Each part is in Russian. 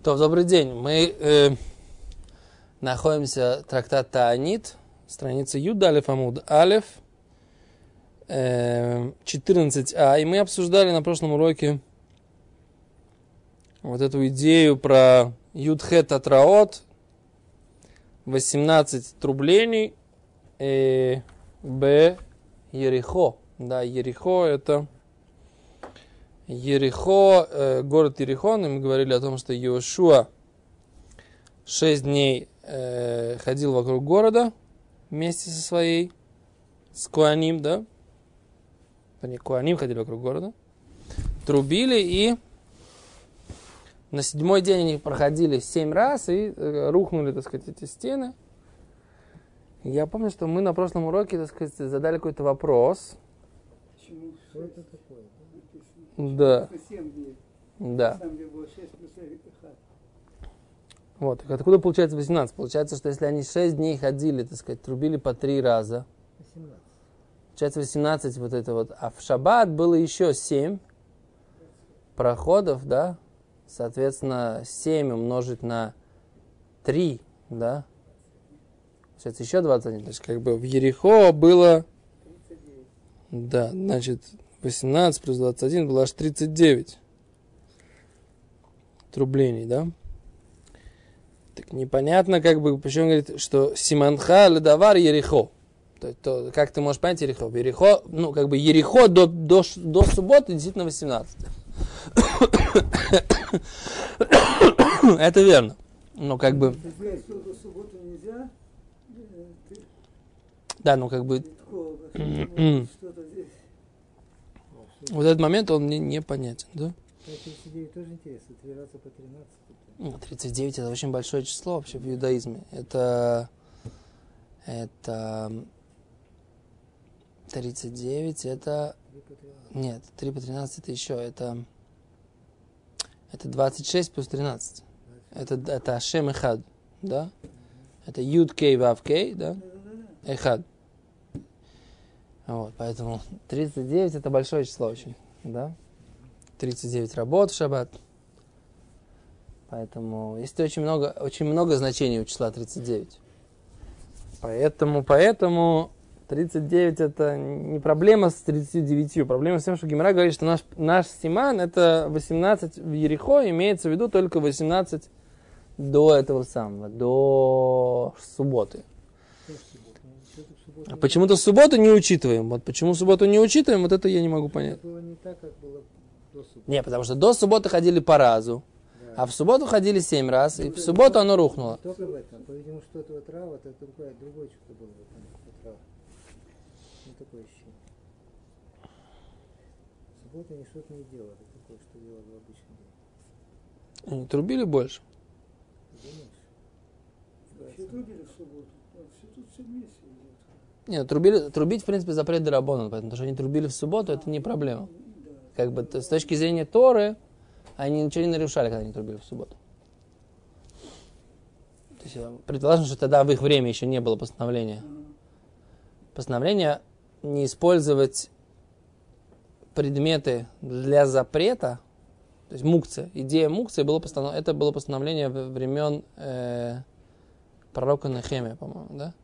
То, добрый день. Мы находимся в трактат Таанит, страница Юд Алеф Амуд Алеф, 14а. И мы обсуждали на прошлом уроке вот эту идею про Юдхет Атраот, 18 трублений, Б. Ерихо. Да, Ерихо это... Ерихо, город Ерихон, и мы говорили о том, что Йошуа 6 дней ходил вокруг города вместе со своей, с Коаним, да? Они Коаним ходили вокруг города, трубили, и на 7-й день они проходили 7 раз, и рухнули, так сказать, эти стены. Я помню, что мы на прошлом уроке, так сказать, задали какой-то вопрос. Почему? Что это такое? Да. 7 дней. Да. На самом деле было 6 плюс 1. Вот. Откуда получается 18? Получается, что если они 6 дней ходили, так сказать, трубили по 3 раза. 18. Получается 18 вот это вот. А в шаббат было еще 7 проходов, да? Соответственно, 7 умножить на 3, да? Получается еще 21. То есть, как бы в Ерихо было... 39. Да, значит... 18 плюс 21 было аж 39 трублений, да? Так непонятно, как бы, почему говорит, что Симанха ледавар Ерихо. То, как ты можешь понять Ерихо? Ерихо, ну, как бы Ерихо до субботы действительно 18. Это верно. Но как бы... До субботы нельзя? Да, ну как бы... Что-то здесь. Вот этот момент, он мне непонятен, да? 39 тоже интересно, 3 раза по 13. Ну, 39 это очень большое число вообще в иудаизме. Это 39 это... Нет, 3 по 13 это еще, это 26 плюс 13. Это Ашем Эхад, да? Это Юд Кей Вав Кей, да? Эхад. Вот, поэтому 39 это большое число очень, да? 39 работ в шаббат. Поэтому есть очень много значений у числа 39. Поэтому 39 это не проблема с 39. Проблема с тем, что Гемара говорит, что наш симан это 18 в Ерихо, имеется в виду только 18 до этого самого, до субботы. А почему-то субботу не учитываем. Вот почему субботу не учитываем, вот это я не могу понять. Это было не так, как было до субботы. Не, потому что до субботы ходили по разу, Да. а в субботу ходили 7 раз, и в субботу оно рухнуло. Только в этом. По-видимому, что этого трава, это другое что-то было в этом трава. Не такое ощущение. В субботу они что-то не делали, такое, что делали в обычный день. Они трубили больше. Ты думаешь? Все трубили в субботу. Все тут все вместе идет. Нет, трубить, в принципе, запрет дорабонан, поэтому то, что они трубили в субботу, это не проблема. Как бы с точки зрения Торы, они ничего не нарушали, когда они трубили в субботу. То есть, предположим, что тогда в их время еще не было постановления. Постановление не использовать предметы для запрета, то есть мукция. Идея мукции это было постановление времен пророка Нехемия, по-моему, да?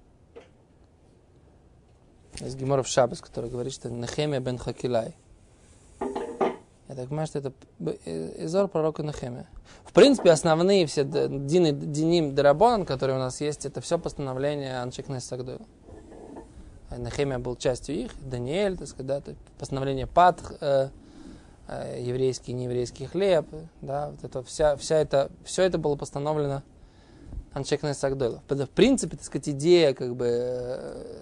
Из Гемора в Шаббас, который говорит, что Нехемия бен Хакилай. Я так понимаю, что это изор пророка Нехемия. В принципе, основные все диним дерабонан, которые у нас есть, это все постановления Аншей Кнессет Агдойла. Нехемия был частью их, Даниэль, так сказать, да, постановление Патх, еврейский и нееврейский хлеб, да, вот это, все это было постановлено Аншей Кнессет Агдойла. В принципе, так сказать, идея, как бы,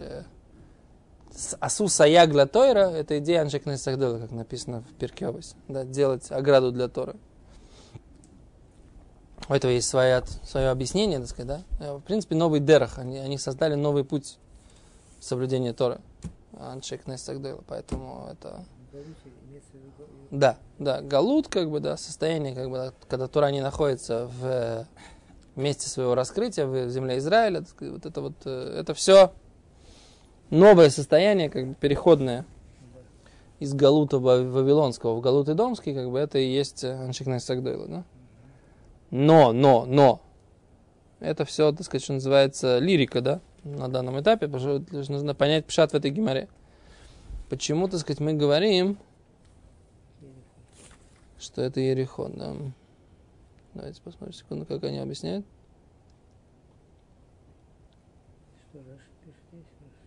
Асу Саяг для Тойра, это идея Аншей Кнессет Агдойла, как написано в Пиркей Авос, да, делать ограду для Торы. У этого есть свое объяснение, так сказать, да. В принципе, новый дерах, они создали новый путь соблюдения Торы. Аншей Кнессет Агдойла, поэтому это... Да, галут, как бы, да, состояние, как бы, да, когда Тора не находится в месте своего раскрытия, в земле Израиля, так сказать, это все новое состояние, как бы, переходное из галута вавилонского в галут идомский, как бы, это и есть Аншей Кнессет Агдойла, да? Но. Это все, так сказать, что называется лирика, да, на данном этапе, потому что нужно понять пшат в этой гемаре. Почему, так сказать, мы говорим, что это Ерихон, да. Давайте посмотрим секунду, как они объясняют. Что Раши пишет здесь?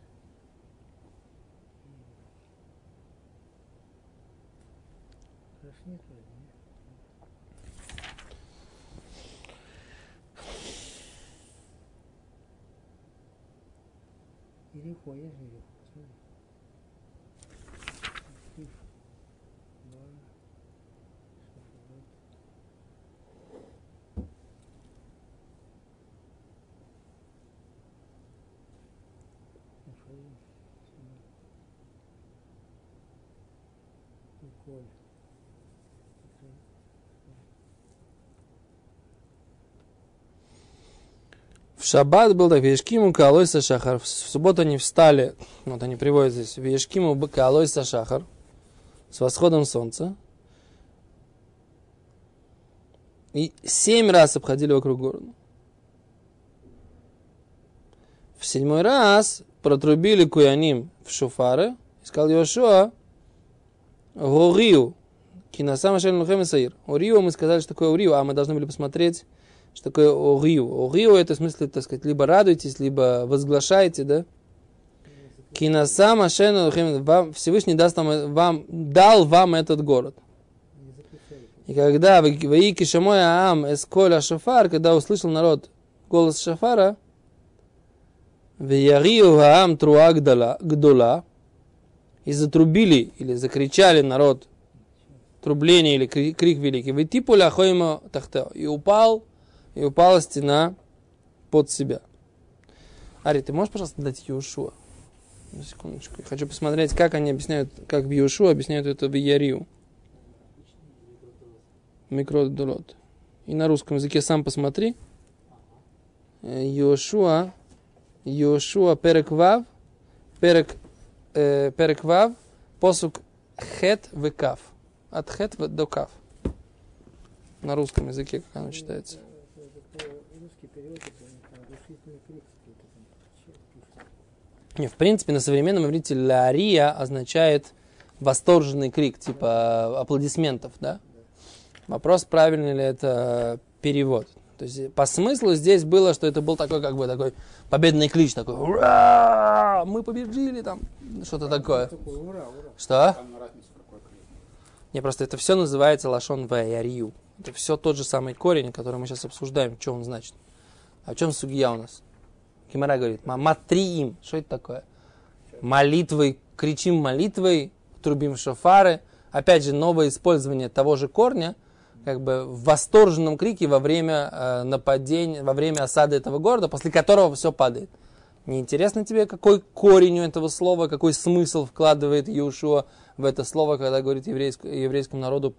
Раши нет вроде, нет? Ерихо, есть же Ерихо, посмотри. Тиф, Бар, Шафарот. Эфраим, Симон, Николь. В шаббат был так, Вешкиму Каалойса Шахар. В субботу они встали, вот они приводят здесь, Вешкиму Каалойса Шахар, с восходом солнца. И 7 раз обходили вокруг города. В 7-й раз протрубили куяним в шофары, и сказал Йошуа, Горию, кинасама шель лухем и саир. Орию мы сказали, что такое Орию, а мы должны были посмотреть, что такое Орию. Орию это в смысле, так сказать, либо радуйтесь, либо возглашаете, да? Кинасама шель лухем, Всевышний дал вам этот город. И когда Ваики Шамой Аам Эсколя Шафар, когда услышал народ голос Шафара, Веярию Аам Труа Гдола, и затрубили или закричали народ трубление или крик великий, Витипуля Хойма Тахтео, и упала стена под себя. Ари, ты можешь, пожалуйста, дать Йошуа? На секундочку. Я хочу посмотреть, как они объясняют, как в Йошуа объясняют это в Ярию. Микродулот. И на русском языке сам посмотри. Йошуа перек вав, посук хет векав. От хет до кав. На русском языке, как оно читается. Русский перевод, это душительный крик. Не, в принципе, на современном иврите лария означает восторженный крик, типа аплодисментов, да? Вопрос, правильный ли это перевод. То есть, по смыслу здесь было, что это был такой, как бы, такой победный клич, такой, ура, мы победили, там, что-то такое. Ура. Что? Не, просто это все называется лашон ваярию. Это все тот же самый корень, который мы сейчас обсуждаем, что он значит. А в чем сугия у нас? Гемара говорит, матриим, что это такое? Молитвой, кричим молитвой, трубим шофары. Опять же, новое использование того же корня, как бы в восторженном крике во время нападения, во время осады этого города, после которого все падает. Не интересно тебе, какой корень у этого слова, какой смысл вкладывает Йошуа в это слово, когда говорит еврейскому народу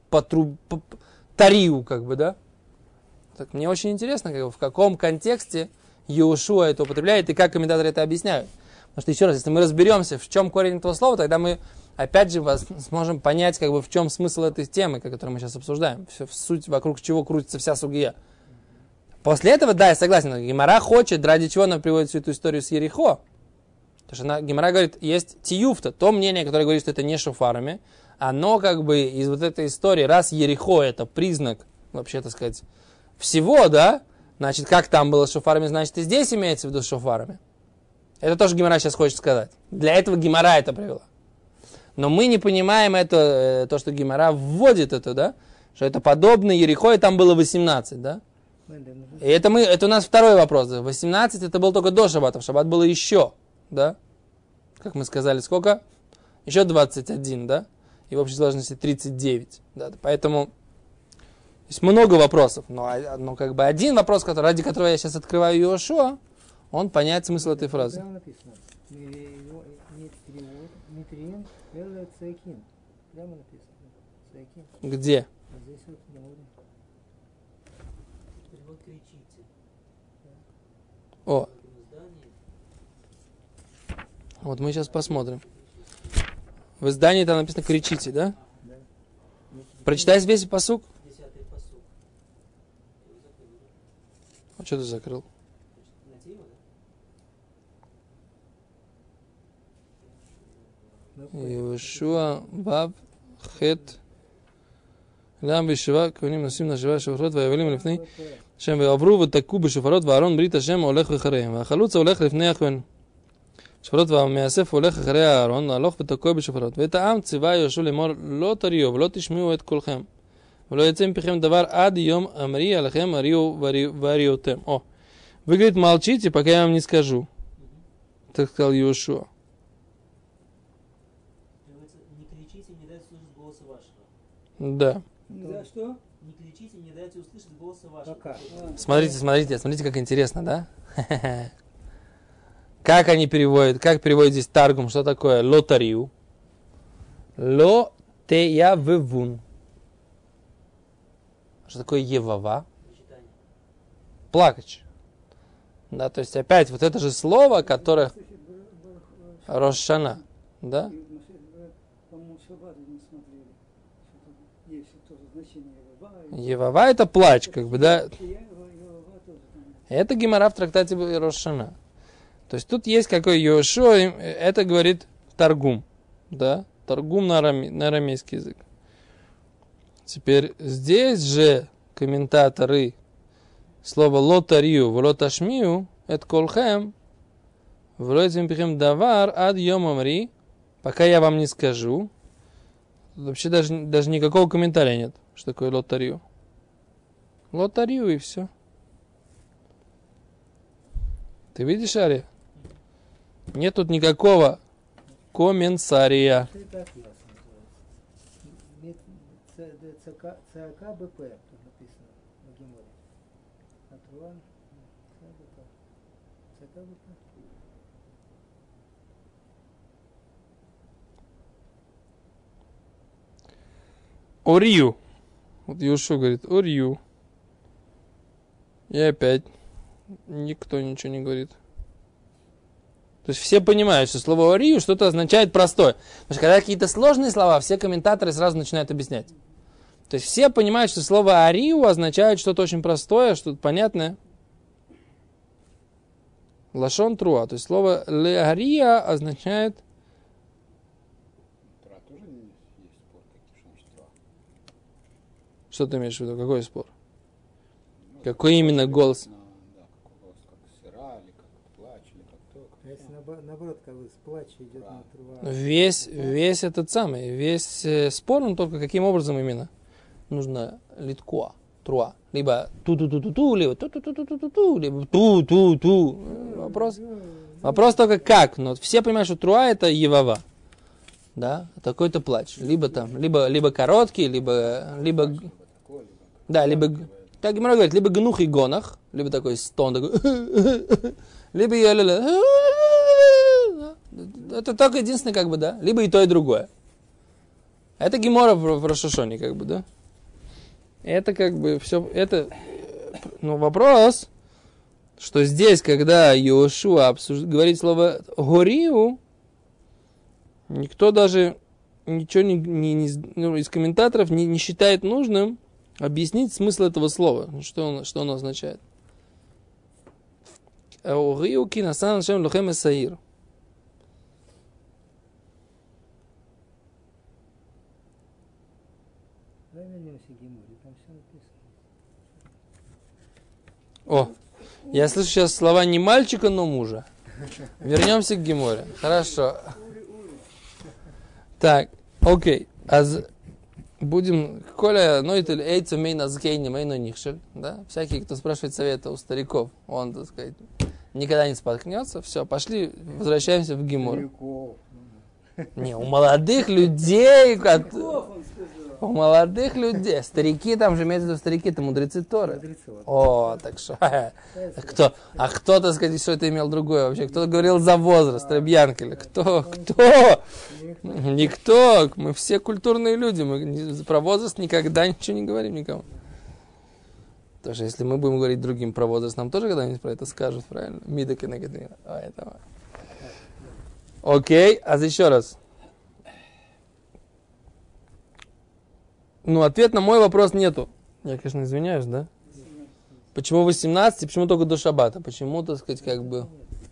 тарию, как бы, да? Так мне очень интересно, как бы, в каком контексте Йошуа это употребляет и как комментаторы это объясняют. Потому что, еще раз, если мы разберемся, в чем корень этого слова, тогда мы опять же сможем понять, как бы, в чем смысл этой темы, которую мы сейчас обсуждаем. Все, в суть, вокруг чего крутится вся сугия. После этого, да, я согласен, Гемара хочет, ради чего она приводит всю эту историю с Ерихо. Потому что Гемара говорит, есть тиюфта, то мнение, которое говорит, что это не шофарами, оно как бы из вот этой истории, раз Ерихо это признак, вообще, так сказать, всего, да, значит, как там было с шофарами, значит, и здесь имеется в виду с шофарами. Это тоже Гемара сейчас хочет сказать. Для этого Гемара это привела. Но мы не понимаем это, то, что Гемара вводит это, да, что это подобно Ерихо, и там было 18, да. И это у нас второй вопрос. 18 это был только до шаббата, в шаббат было еще, да. Как мы сказали, сколько? Еще 21, да. И в общей сложности 39, да. Поэтому есть много вопросов, но как бы один вопрос, ради которого я сейчас открываю Йошуа, он понять смысл этой фразы. Прямо написано. Митриен, это цейкин. Прямо написано. Цейкин. Где? Здесь вот на уровне. Перевод кричите. О. Вот мы сейчас посмотрим. В издании там написано кричите, да? Да. Прочитай весь пасук. 10-й пасук. что ты закрыл? Иошуа Вав Хет Лям Бишива Кваним Насим Нашива Шафрот Ваявелим Лифней Шем Вавру Ватаку Бишафрот Ваарон Брит Ашем Олех Вахареем Вахалуца Олех Лифней Ахвен שפרות והמאסף הולך אחרי הארון, להלוך ותקוע בשפרות. ואת העם ציווה יהושע לאמור, לא תריעו ולא תשמיעו את קולכם, ולא יצא מפיכם דבר עד יום אמרי עליכם, הריעו והריעותם. Вы, говорит, молчите, пока я вам не скажу. Так сказал Йошуа. Не кричите, не дайте услышать голоса вашего. Да. Да, что? Не кричите, не дайте услышать голоса вашего. Пока. Смотрите, как интересно, да? Как они переводят, как переводят здесь Таргум, что такое лотарию? Ло-те-я-вывун. Что такое евава? Плакать. Да, то есть опять вот это же слово, которое Рошана, да? По-моему, Шаббат не смотрели. Есть тоже значение Евава. Евава это плач, как бы, да? Это гемара в трактате Рошана. То есть тут есть какой Йошуа, это говорит Таргум, да? Таргум на арамейский язык. Теперь здесь же комментаторы слово лотарию, влоташмию, это колхем, влотимпихем давар ад йом амри, пока я вам не скажу. Вообще даже никакого комментария нет, что такое лотарию. Лотарию и все. Ты видишь, Ари? Нет тут никакого комментария. ЦКБП написано на Геморе. Атруан ЦКБП. Орию. Вот Йошуа говорит, Орию. И опять никто ничего не говорит. То есть все понимают, что слово «орию» что-то означает простое. Потому что когда какие-то сложные слова, все комментаторы сразу начинают объяснять. То есть все понимают, что слово «орию» означает что-то очень простое, что-то понятное. Лашон труа. То есть слово «леария» означает... Тра тоже есть спор, что значит тра. Что ты имеешь в виду? Какой спор? Какой именно голос? Да, какой голос, как сыра, или как плач, или как то. А если наоборот, как бы с плача идет на труа. Весь этот самый, весь спор, он только каким образом именно? Нужно литкуа, труа. Либо ту-ту-ту-ту-ту, либо ту-ту-ту-ту-ту, либо ту-ту-ту. Вопрос только как. Но все понимают, что труа это евава. Да, такой-то плач. Либо там, либо короткий, либо да, либо, как Гемара говорит, либо гнух и гонах, либо такой стон, такой, либо это только единственное, как бы, да, либо и то, и другое. Это Гемора в Рошашоне, как бы, да. Это как бы все, это, ну, вопрос, что здесь, когда Йошуа говорит слово «горию», никто даже ничего из комментаторов не считает нужным объяснить смысл этого слова, что оно означает. «Горию ки насан шем лохем эсаир». О, я слышу сейчас слова не мальчика, но мужа. Вернемся к Геморе. Хорошо. Так, окей. Будем... Коля, нойтель эйца мейна згейни мейна нихшель. Да? Всякий, кто спрашивает совета у стариков, он, так сказать, никогда не споткнется. Все, пошли, возвращаемся в Гемор. Не, у молодых людей... У молодых людей. Старики, там же имеется в виду старики, это мудрецы Торы. О, так что... Кто, так сказать, что это имел другое вообще? Кто говорил за возраст, Рабьянкель? Кто? Никто. Мы все культурные люди. Мы про возраст никогда ничего не говорим никому. Потому что если мы будем говорить другим про возраст, нам тоже когда-нибудь про это скажут, правильно? Мидак и Нагадина. Окей, а еще раз. Ну, ответ на мой вопрос нету. Я, конечно, извиняюсь, да? Почему 18 и почему только до шаббата? Почему, так сказать, как бы...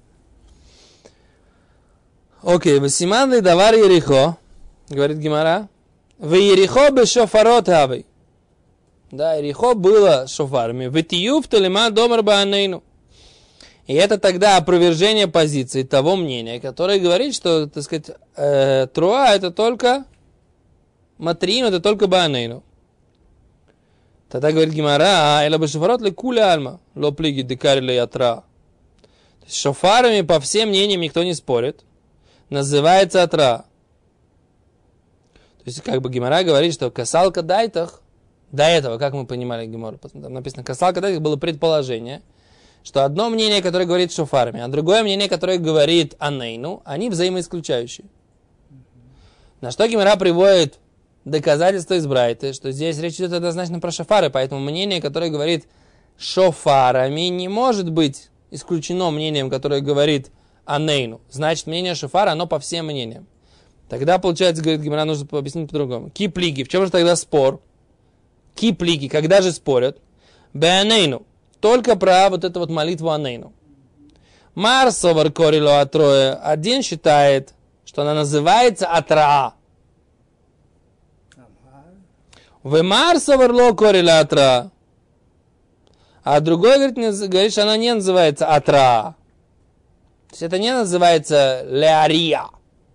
Окей, Васиман ли давар Ерихо, говорит Гемара, в Ерихо бы шофарот авей. Да, Ерихо было шофарами. В Итиюф талима домар баанейну. И это тогда опровержение позиции того мнения, которое говорит, что, так сказать, труа это только матрим, это только баанейну. Тогда говорит Гемара, эла бы шофарот ли куля альма, ло плиги декари ли ятра. То есть шофарами по всем мнениям никто не спорит. Называется атра. То есть, как бы Гемара говорит, что касалка дайтах, до этого, как мы понимали Гемору, там написано, касалка дайтах было предположение, что одно мнение, которое говорит шофарами, а другое мнение, которое говорит анейну, они взаимоисключающие. На что Гемара приводит доказательство из Брайты, что здесь речь идет однозначно про шофары, поэтому мнение, которое говорит шофарами, не может быть исключено мнением, которое говорит анейну. Значит, мнение шофара, оно по всем мнениям. Тогда, получается, говорит Гемара, нужно объяснить по-другому. Киплиги, в чем же тогда спор? Киплиги, когда же спорят? Беанейну. Только про вот эту вот молитву анейну. Марсовар корило атрое. Один считает, что она называется атраа. В Марсовар ло корило атраа. А другой говорит, что она не называется атраа. То есть это не называется леария.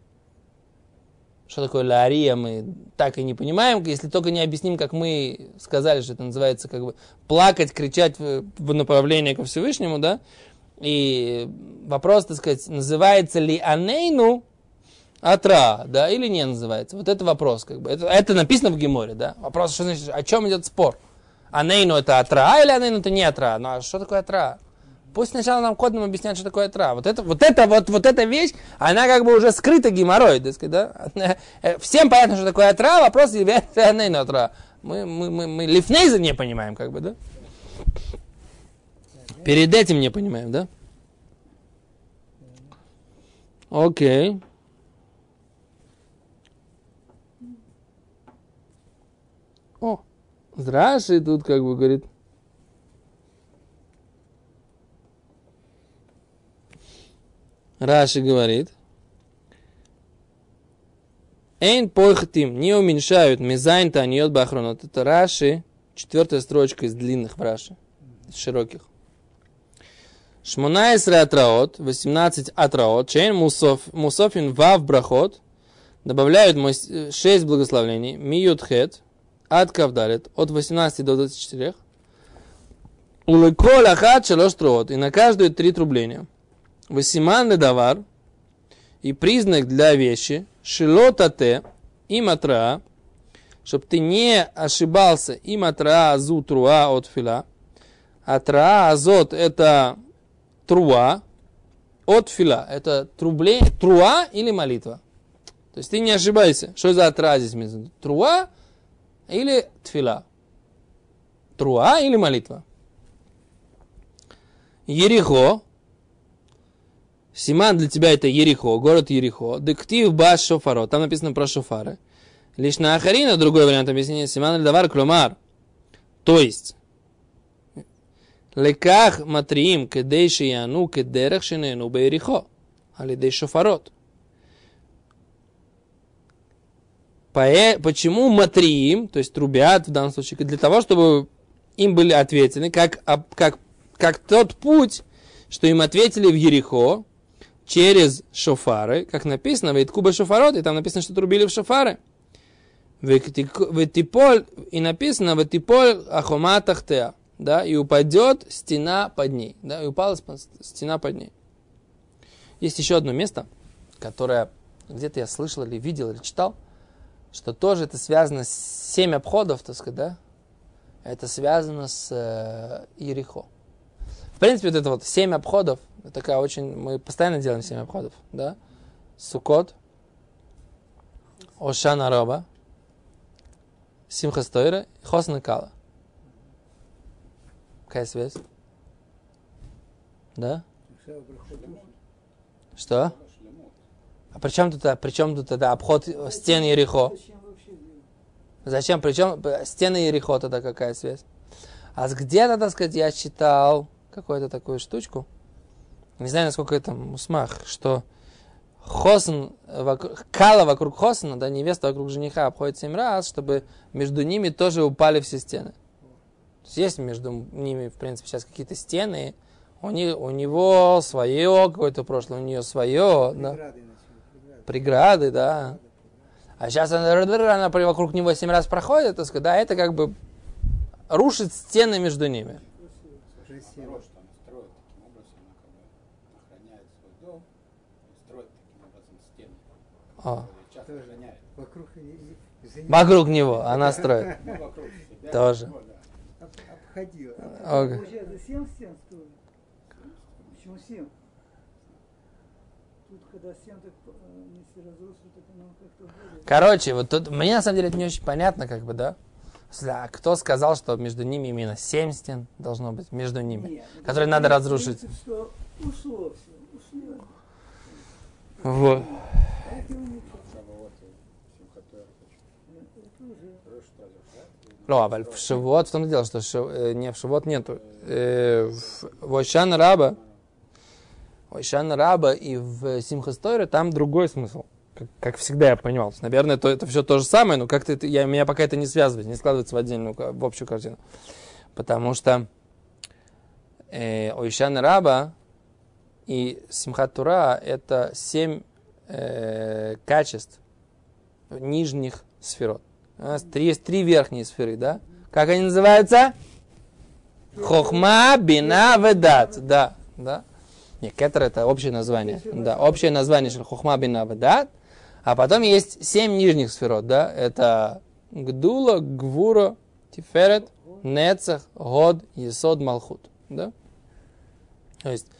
Что такое леария, мы так и не понимаем, если только не объясним, как мы сказали, что это называется как бы плакать, кричать в направлении ко Всевышнему, да? И вопрос, так сказать, называется ли анейну атра, да, или не называется? Вот это вопрос, как бы. Это написано в Геморе, да? Вопрос, что значит, о чем идет спор? Анейну это атра или анейну это не атра? Ну а что такое атра? Пусть сначала нам кодным объяснят, что такое тра. Вот эта вещь, она как бы уже скрыта геморрой, так сказать, да? Всем понятно, что такое тра, вопрос является анейну тра. Мы лифнейза не понимаем, как бы, да? Перед этим не понимаем, да? Окей. О, Раши тут как бы говорит. Раши говорит, Эйн пойхтим, не уменьшают мизайн таниот бахронот. Это Раши, 4-я строчка из длинных в Раши, из широких. Шмонайсре атраот, 18 атраот, чейн мусофин вав брахот, добавляют 6 благословений, миют хет, ад кавдалет, от 18 до 24, улекол ахат шалош троот, и на каждую 3 трубления. Васиман ледавар, и признак для вещи, шилотате, им атра, чтобы ты не ошибался, им атра азу труа от фила. Атра азот это труа, от фила, это труа или молитва. То есть ты не ошибайся. Что за атра здесь между? Труа или тфила? Труа или молитва? Ерихо. Симан для тебя это Ерихо, город Ерихо. Дектив баш шофаро. Там написано про шофары. Лишь на Ахарина, другой вариант объяснения. Симан ледавар кломар. То есть. Леках матриим кедейши яну кедерах шинену бейрихо. Алидей шофарот. Почему матриим, то есть трубят в данном случае, для того, чтобы им были ответены, как тот путь, что им ответили в Ерихо, через шофары, как написано, вейткуба шофарот, и там написано, что трубили в шофары. Ветиполь, и написано, ветиполь ахома тахтеа, да, и упадет стена под ней, да, и упала стена под ней. Есть еще одно место, которое где-то я слышал, или видел, или читал, что тоже это связано с 7 обходов, так сказать, да, это связано с Ерихо. В принципе, вот это вот 7 обходов, такая очень, мы постоянно делаем 7 обходов, да? Суккот, Ошана Роба, Симхас Тойра, Хосна Кала. Какая связь? Да? Что? А при чем тут это обход стен Ерихо? Зачем? Причем стены Ерихо тогда какая связь? А где-то, так сказать, я читал какую-то такую штучку. Не знаю, насколько это мусмах, что хосн, кала вокруг хосна, да, невеста вокруг жениха обходит 7 раз, чтобы между ними тоже упали все стены. То есть между ними, в принципе, сейчас какие-то стены, у него свое какое-то прошлое, у нее свое, преграды, да. А сейчас она вокруг него 7 раз проходит, так сказать, да, это как бы рушит стены между ними. Наоборот, что она строит таким образом, она как бы охраняет свой дом и строит таким образом стены. Часто охраняет. Вокруг него она строит. Вокруг себя. Тоже. Обходила. Получается, 7 стен строили. Почему 7? Тут, когда 7, так если разрушили, так оно как-то будет. Короче, вот тут мне на самом деле это не очень понятно, как бы, да? А кто сказал, что между ними именно 7 стен должно быть между ними, Нет, которые надо разрушить? Принцип, что ушло все, ушли. Вот. В Шивот, в том дело, что не в Шивот нету. В Ойшан Раба и в Симхас Тойре там другой смысл. Как всегда я понимал. Наверное, это все то же самое, но как-то меня пока это не связывает, не складывается в отдельную, в общую картину. Потому что Ойшан Раба и Симхат Тура это 7 качеств нижних сферот. У нас есть 3 верхние сферы, да? Как они называются? Хохма, бина, ведат. Да. Нет, кетер это общее название. Да, общее название хохма, бина, ведат. А потом есть 7 нижних сферот, да? Это гдула, гвура, тиферет, нецах, год, есод, малхут. Да? То есть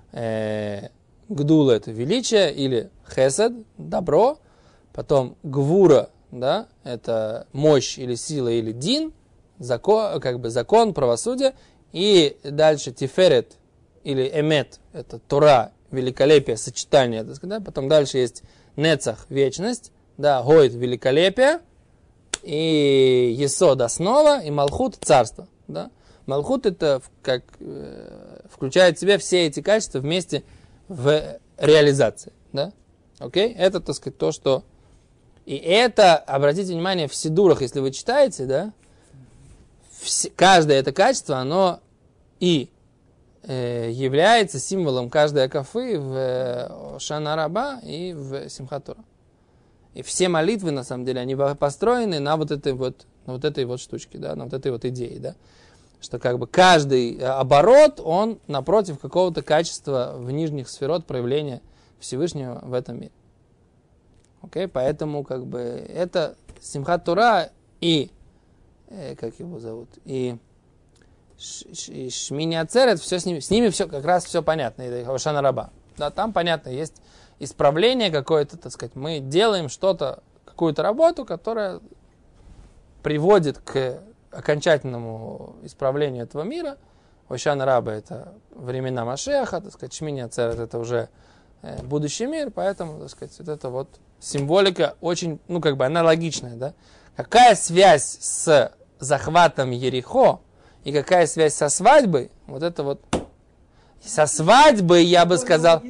гдула это величие или хесед, добро. Потом гвура, да, это мощь или сила или дин, закон, как бы закон, правосудие. И дальше тиферет или эмет, это Тора, великолепие, сочетание. Так сказать, да? Потом дальше есть нецах, вечность, да, гойд, великолепие, и есод, основа, и малхут, царство. Да? Малхут это как, включает в себя все эти качества вместе в реализации. Да? Окей? Это, так сказать, то, что... И это, обратите внимание, в сидурах, если вы читаете, да, каждое это качество, оно и является символом каждой акафы в Шана Раба и в Симхат Тора. И все молитвы, на самом деле, они построены на вот этой вот штучке, да, на вот этой вот идее, да, что как бы каждый оборот, он напротив какого-то качества в нижних сферот проявления Всевышнего в этом мире. Окей, поэтому как бы это Симхат Тора и как его зовут, и Шмини Ацерет, все с ними все как раз все понятно, это Шана Раба. Да, там понятно, есть исправление какое-то, так сказать, мы делаем что-то, какую-то работу, которая приводит к окончательному исправлению этого мира. Шана Раба это времена Машеха, так сказать, Шмини Ацерет это уже будущий мир, поэтому, так сказать, вот это вот символика очень, как бы аналогичная, да. Какая связь с захватом Ерихо и какая связь со свадьбой, вот это вот. Со свадьбой, я бы сказал...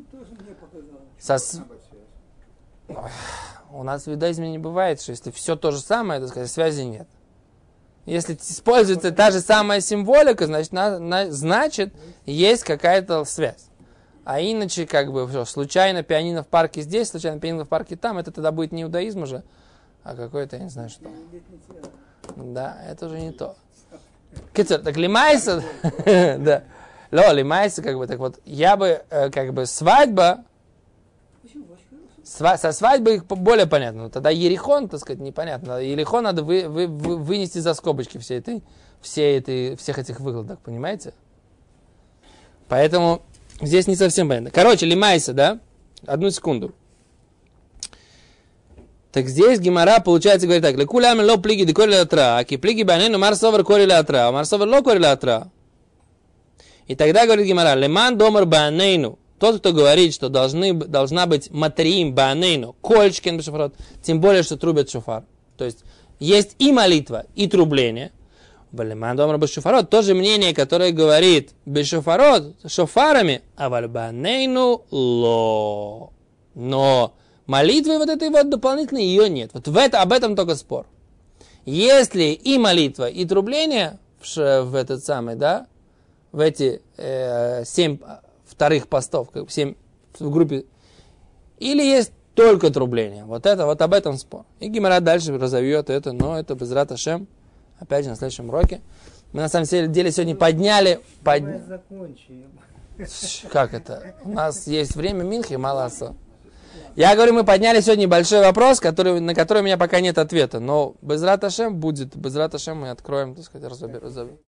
У нас в иудаизме не бывает, что если все то же самое, так сказать, связи нет. Если используется та же самая символика, значит есть какая-то связь. А иначе, как бы, случайно пианино в парке здесь, случайно пианино в парке там, это тогда будет не иудаизм уже, а какой-то, я не знаю что. Да, это уже не то. Кицер, так лимайса, да. Лимайса, как бы, так вот, я бы, как бы, свадьба, со свадьбой более понятно, но тогда Ерихон, так сказать, непонятно. Ерихон надо вынести за скобочки всех этих выкладок, понимаете? Поэтому... Здесь не совсем понятно. Короче, лимайса, да? Одну секунду. Так здесь Гемара, получается, говорит так. Лекулям ло плиги де кори латра, аки плиги банену марсовер кори латра, марсовер ло кори латра. И тогда говорит Гемара, леман домар банейну. Тот, кто говорит, что должна быть матриим банейну, кольчкен бешофарот, тем более, что трубят шофар. То есть и молитва, и трубление. Валиман домра бешофарот. То же мнение, которое говорит бешофарот, шофарами, а вальбанейну ло. Но молитвы вот этой вот дополнительной ее нет. Вот об этом только спор. Если и молитва, и трубление в этот самый, да, в эти 7 вторых постов, 7 в группе, или есть только трубление. Вот об этом спор. И Гемара дальше разовьет это, но это безрат Ашем. Опять же, на следующем уроке. Мы на самом деле сегодня подняли... Закончим. Как это? У нас есть время Минхи, маласа. Я говорю, мы подняли сегодня большой вопрос, на который у меня пока нет ответа. Но безрат Ашем будет. Безрат Ашем мы откроем, так сказать, разобьем.